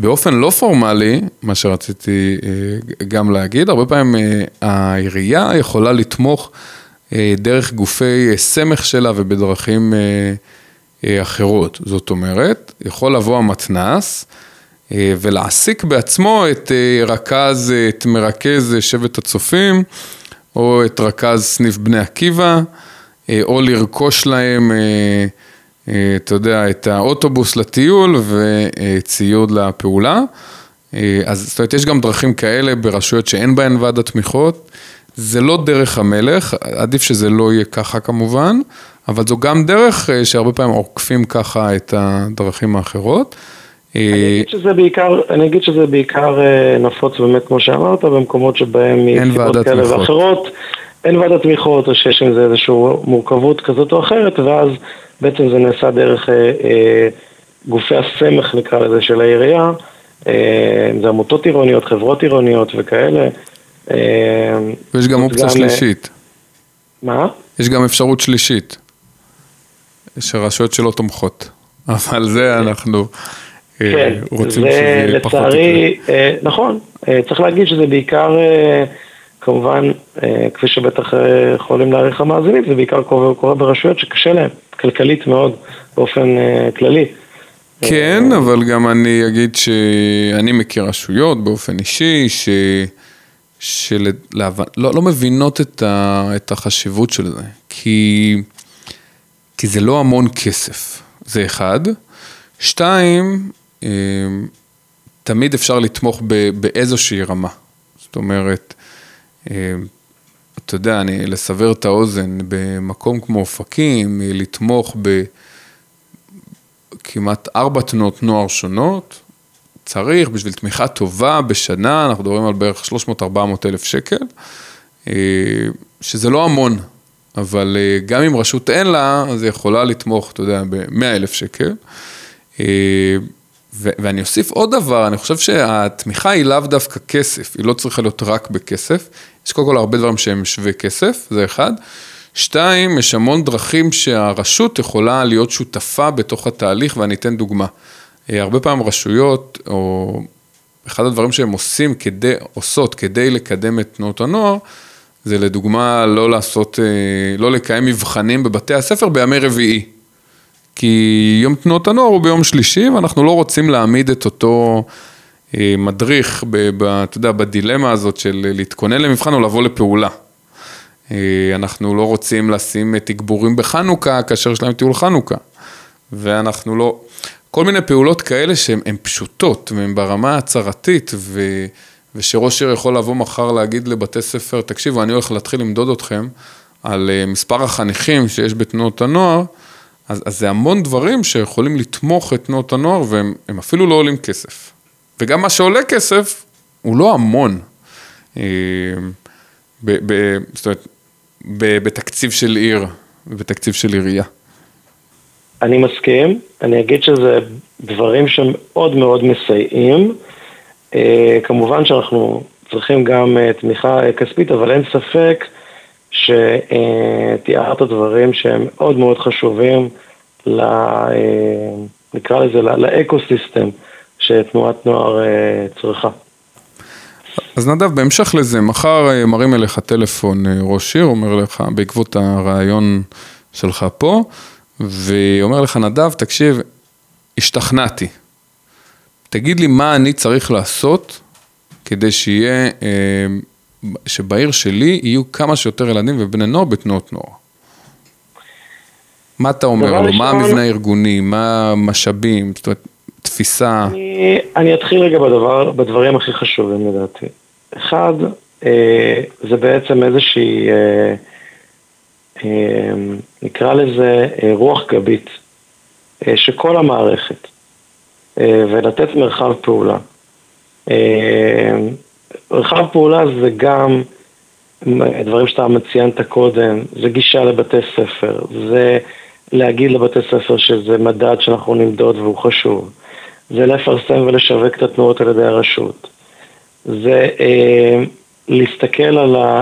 באופן לא פורמלי, מה שרציתי גם להגיד, הרבה פעמים העירייה יכולה לתמוך דרך גופי סמך שלה ובדרכים אחרות. זאת אומרת, יכול לבוא המתנ"ס ולהעסיק בעצמו את מרכז שבט הצופים, או את רכז סניף בני עקיבא, או לרכוש להם, אתה יודע, את האוטובוס לטיול וציוד לפעולה. אז זאת אומרת, יש גם דרכים כאלה ברשויות שאין בהן ועדת תמיכות. זה לא דרך המלך, עדיף שזה לא יהיה ככה כמובן, אבל זו גם דרך שהרבה פעמים עוקפים ככה את הדרכים האחרות. אני אגיד שזה בעיקר נפוץ באמת כמו שאמרת, במקומות שבהם מסיבות כאלה ואחרות, אין ועדת תמיכות, או שיש עם זה איזושהי מורכבות כזאת או אחרת, ואז בעצם זה נעשה דרך גופי הסמך, נקרא לזה, של העירייה, זה עמותות עירוניות, חברות עירוניות וכאלה. ויש גם אופציה שלישית. מה? יש גם אפשרות שלישית, שרשויות שלא תומכות, אבל זה אנחנו רוצים שזה יהיה פחות יקרה. נכון, צריך להגיד שזה בעיקר, כמובן, כפי שבטח יכולים להעריך המאזינים, זה בעיקר קורה ברשויות שקשה להם, כלכלית מאוד, באופן כללי. כן, אבל גם אני אגיד שאני מכיר רשויות באופן אישי, לא מבינות את החשיבות של זה, כי זה לא המון כסף, זה אחד. שתיים, תמיד אפשר לתמוך באיזושהי רמה. זאת אומרת, אתה יודע, לסבר את האוזן, במקום כמו אופקים, לתמוך בכמעט 4 תנועות נוער שונות, צריך בשביל תמיכה טובה בשנה, אנחנו מדברים על בערך 300-400 אלף שקל, שזה לא המון, אבל גם אם רשות אין לה, אז היא יכולה לתמוך, אתה יודע, ב100 אלף שקל. ואני אוסיף עוד דבר, אני חושב שהתמיכה היא לאו דווקא כסף, היא לא צריכה להיות רק בכסף, יש קודם כל הרבה דברים שהם שווה כסף, זה אחד. 2, יש המון דרכים שהרשות יכולה להיות שותפה בתוך התהליך, ואני אתן דוגמה. הרבה פעמים רשויות, או אחד הדברים שהם עושות כדי לקדם את תנועות הנוער, זה לדוגמה לא לקיים מבחנים בבתי הספר בימי רביעי. כי יום תנועות הנוער הוא ביום שלישי, ואנחנו לא רוצים להעמיד את אותו מדריך, אתה יודע, בדילמה הזאת של להתכונן למבחן או לבוא לפעולה. אנחנו לא רוצים לשים תגבורים בחנוכה, כאשר יש להם טיול חנוכה. ואנחנו לא... כל מיני פעולות כאלה שהן פשוטות, והן ברמה הצהרתית, ושראש עיר יכול לבוא מחר להגיד לבתי ספר, תקשיבו, אני הולך להתחיל למדוד אתכם, על מספר החניכים שיש בתנועות הנוער, אז זה המון דברים שיכולים לתמוך את תנועות הנוער, והם אפילו לא עולים כסף. וגם מה שעולה כסף, הוא לא המון. זאת אומרת, בתקציב של עיר, בתקציב של עירייה. אני מסכים, אני אגיד שזה דברים שמאוד מאוד מסייעים. כמובן שאנחנו צריכים גם תמיכה כספית, אבל אין ספק שתיארת דברים שהם מאוד מאוד חשובים, נקרא לזה, לאקוסיסטם שתנועת נוער צריכה. אז נדב, בהמשך לזה, מחר מרים אליך טלפון ראש עיר, אומר לך בעקבות הרעיון שלך פה, ואומר לך נדב, תקשיב, השתכנעתי. תגיד לי מה אני צריך לעשות, כדי שבעיר שלי יהיו כמה שיותר ילדים ובני נוער בתנועות נוער. מה אתה אומר לו? מה המבנה הארגוני? מה המשאבים? זאת אומרת, תפיסה? אני אתחיל רגע בדברים הכי חשובים לדעתי. אחד, זה בעצם איזושהי, נקרא לזה רוח גבית, שכל המערכת, ולתת מרחב פעולה. מרחב פעולה זה גם דברים שאתה מציינת קודם, זה גישה לבתי ספר, זה להגיד לבתי ספר שזה מדד שאנחנו נמדוד והוא חשוב, זה לפרסם ולשווק את התנועות על ידי הרשות, זה להסתכל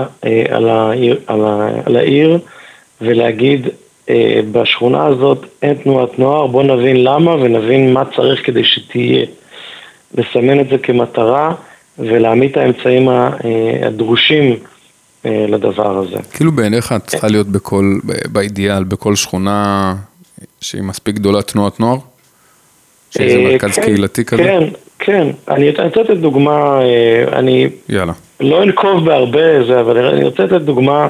על העיר ולהגיד בשכונה הזאת אין תנועת נוער, בוא נבין למה ונבין מה צריך כדי שתהיה. לסמן את זה כמטרה, ולהעמיד את האמצעים הדרושים לדבר הזה. כאילו בעיניך צריכה להיות באידיאל, בכל שכונה שהיא מספיק גדולה תנועת נוער? שזה מרכז קהילתי כזה? כן, כן. אני רוצה לתת דוגמה, אני לא אנקוב בהרבה זה, אבל אני רוצה לתת דוגמה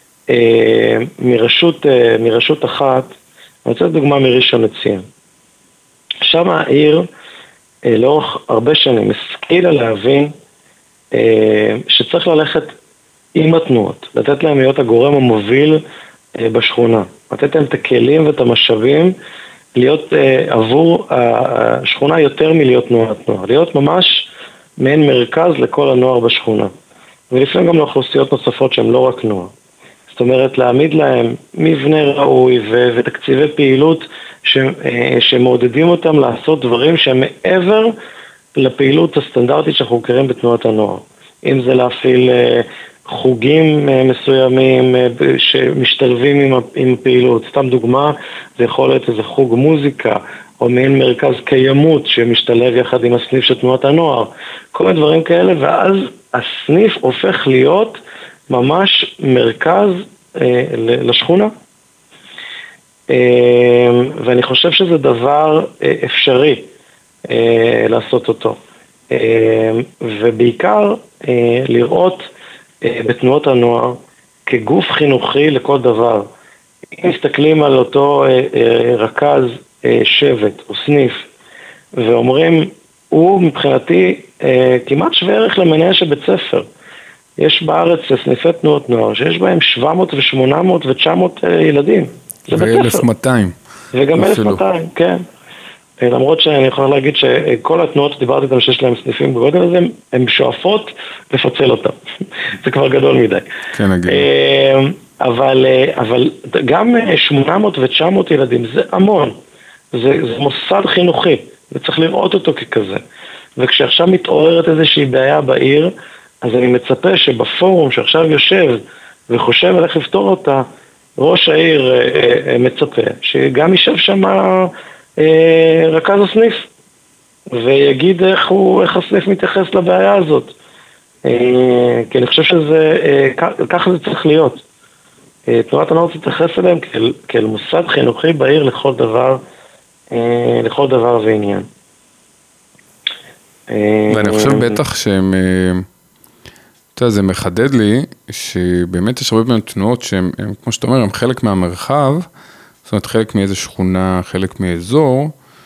מרשות אחת, אני רוצה לתת דוגמה מראשון לציון. שם העיר, לאורך הרבה שנים, השכילה להבין שצריך ללכת עם התנועות, לתת להם להיות הגורם המוביל בשכונה, לתת להם את הכלים ואת המשאבים, להיות עבור השכונה יותר מלהיות תנועת נוער, להיות ממש מעין מרכז לכל הנוער בשכונה, ולפעמים גם לאוכלוסיות נוספות שהן לא רק נוער. זאת אומרת, להעמיד להם מבנה ראוי ותקציבי פעילות שמעודדים אותם לעשות דברים שהם מעבר לפעילות הסטנדרטית שאנחנו מכירים בתנועת הנוער. אם זה להפעיל חוגים מסוימים שמשתלבים עם הפעילות. סתם דוגמה, זה יכול להיות איזה חוג מוזיקה, או מעין מרכז קיימות שמשתלב יחד עם הסניף של תנועת הנוער. כל מיני דברים כאלה, ואז הסניף הופך להיות ממש מרכז לשכונה. ואני חושב שזה דבר אפשרי לעשות אותו. ובעיקר לראות בתנועות הנוער כגוף חינוכי לכל דבר. אם מסתכלים על אותו רכז שבט או סניף, ואומרים, הוא מבחינתי כמעט שווה ערך למנהל של בית ספר. יש בארץ סניפי תנועות נוער שיש בהם 700 ו-800 ו-900 ילדים. ו-1200. וגם 1200, כן. למרות שאני יכול להגיד שכל התנועות שדיברתי איתן שיש להם סניפים בגודל הזה, הן שואפות לפצל אותם. זה כבר גדול מדי. כן, אגיד. אבל גם 800 ו-900 ילדים, זה המון. זה מוסד חינוכי, וצריך לראות אותו ככזה. וכשעכשיו מתעוררת איזושהי בעיה בעיר, אז אני מצפה שבפורום שעכשיו יושב וחושב על איך לפתור אותה, ראש העיר מצפה שגם יישב שם רכז הסניף, ויגיד איך הסניף מתייחס לבעיה הזאת. כי אני חושב ככה זה צריך להיות. תנועת הנוער תתייחס אליהם כאל מוסד חינוכי בעיר לכל דבר ועניין. ואני חושב בטח שהם, אתה יודע, זה מחדד לי, שבאמת יש הרבה פעמים תנועות שהם, כמו שאתה אומר, הם חלק מהמרחב, זאת אומרת, חלק מאיזו שכונה, חלק מאזור,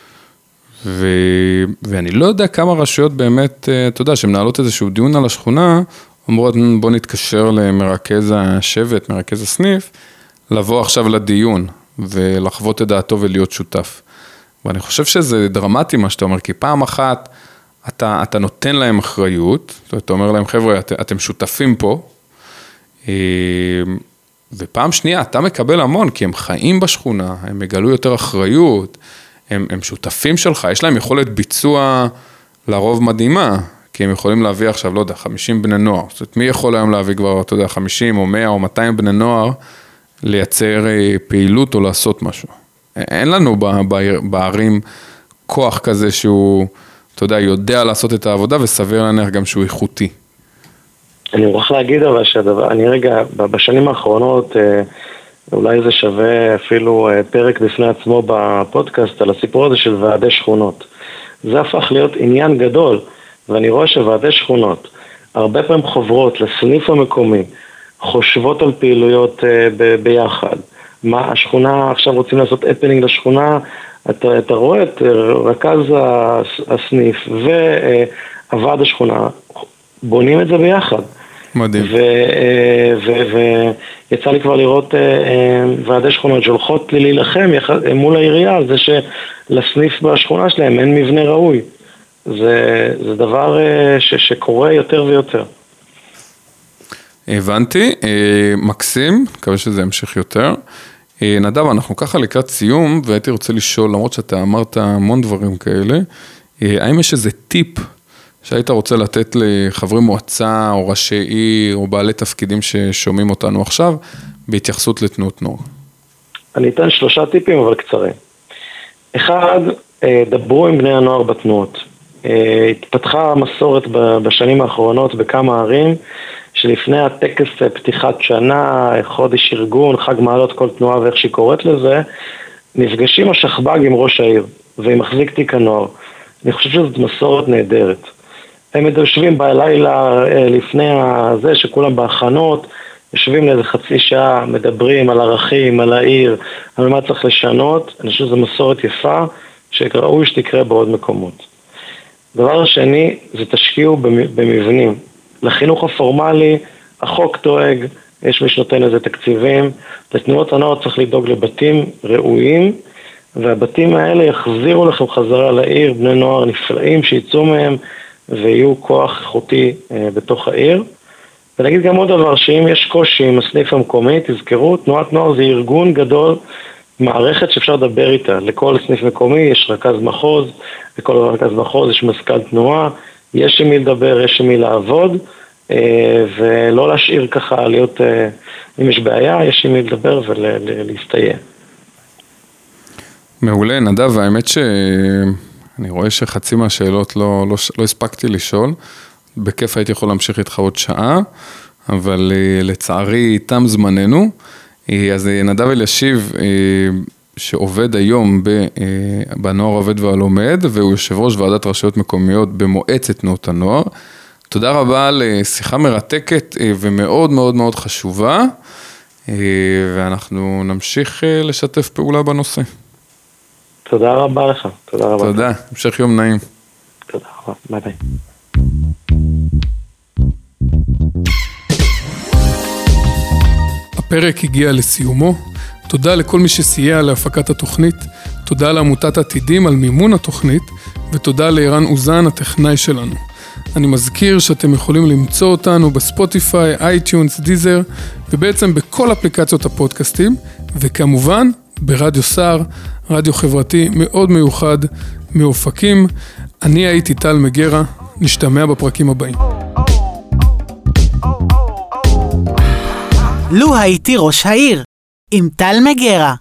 ואני לא יודע כמה רשויות באמת, אתה יודע, שמנהלות איזשהו דיון על השכונה, אומרות, בוא נתקשר למרכז השבט, מרכז הסניף, לבוא עכשיו לדיון, ולחוות את דעתו ולהיות שותף. ואני חושב שזה דרמטי מה שאתה אומר, כי פעם אחת, אתה נותן להם אחריות, אתה אומר להם, חבר'ה, אתם שותפים פה, ופעם שנייה, אתה מקבל המון, כי הם חיים בשכונה, הם מגלו יותר אחריות, הם שותפים שלך, יש להם יכולת ביצוע לרוב מדהימה, כי הם יכולים להביא עכשיו, לא יודע, 50 בני נוער, זאת אומרת, מי יכול היום להביא כבר, אתה יודע, 50 או 100 או 200 בני נוער, לייצר פעילות או לעשות משהו. אין לנו בערים כוח כזה שהוא, אתה יודע לעשות את העבודה, וסביר להניח גם שהוא איכותי. אני מוכרח להגיד אבל אני רגע, בשנים האחרונות, אולי זה שווה אפילו פרק בפני עצמו בפודקאסט על הסיפור הזה של ועדי שכונות. זה הפך להיות עניין גדול, ואני רואה שוועדי שכונות, הרבה פעמים חוברות לסניף המקומי, חושבות על פעילויות ביחד. מה השכונה, עכשיו רוצים לעשות הפנינג לשכונה, אתה רואה את רכז הסניף והוועד השכונה, בונים את זה ביחד. מדהים. ויצא לי כבר לראות ועדי שכונות שהולכות להילחם מול העירייה על זה שלסניף בשכונה שלהם אין מבנה ראוי. זה דבר שקורה יותר ויותר. הבנתי, מקסים, מקווה שזה ימשיך יותר. נדב, אנחנו ככה לקראת סיום, והייתי רוצה לשאול, למרות שאתה אמרת המון דברים כאלה, האם יש איזה טיפ שהיית רוצה לתת לחברי מועצה, או ראשי עיר, או בעלי תפקידים ששומעים אותנו עכשיו, בהתייחסות לתנועות נוער? אני אתן 3 טיפים, אבל קצרים. 1, דברו עם בני הנוער בתנועות. התפתחה מסורת בשנים האחרונות בכמה ערים, שלפני הטקס פתיחת שנה, חודש ארגון, חג מעלות, כל תנועה ואיך שהיא קוראת לזה, נפגשים השכב"ג עם ראש העיר, ועם מחזיק תיק הנוער. אני חושב שזאת מסורת נהדרת. הם יושבים בלילה לפני זה, שכולם בהכנות, יושבים לאיזה חצי שעה, מדברים על ערכים, על העיר, על מה צריך לשנות. אני חושב שזו מסורת יפה, שראוי שתקרה בעוד מקומות. דבר השני, זה תשקיעו במבנים. לחינוך הפורמלי, החוק דואג, יש מי שנותן לזה תקציבים, לתנועות הנוער צריך לדאוג לבתים ראויים, והבתים האלה יחזירו לכם חזרה לעיר, בני נוער נפלאים שיצאו מהם, ויהיו כוח איכותי בתוך העיר. ונגיד גם עוד דבר, שאם יש קושי עם הסניף המקומי, תזכרו, תנועת נוער זה ארגון גדול, מערכת שאפשר לדבר איתה. לכל סניף מקומי יש רכז מחוז, לכל רכז מחוז יש מזכ"ל תנועה, יש עם מי לדבר, יש עם מי לעבוד, ולא להשאיר ככה להיות, אם יש בעיה, יש עם מי לדבר ולהסתייע. מעולה, נדב, האמת שאני רואה שחצי מהשאלות לא הספקתי לשאול, בכיף הייתי יכול להמשיך איתך עוד שעה, אבל לצערי תם זמננו, אז נדב אלישיב שעובד היום בנוער עובד והלומד, והוא יושב ראש ועדת רשויות מקומיות במועצת תנועות הנוער. תודה רבה על שיחה מרתקת ומאוד מאוד מאוד חשובה, ואנחנו נמשיך לשתף פעולה בנושא. תודה רבה לך, תודה רבה. תודה, המשך יום נעים. תודה רבה, ביי ביי. הפרק הגיע לסיומו, תודה לכל מי שסייע להפקת התוכנית, תודה לעמותת עתידים על מימון התוכנית, ותודה לערן אוזן הטכנאי שלנו. אני מזכיר שאתם יכולים למצוא אותנו בספוטיפיי, אייטיונס, דיזר, ובעצם בכל אפליקציות הפודקאסטים, וכמובן ברדיו סער, רדיו חברתי מאוד מיוחד מאופקים. אני הייתי טל מגרה, נשתמע בפרקים הבאים. לו הייתי ראש העיר, עם טל מגרה.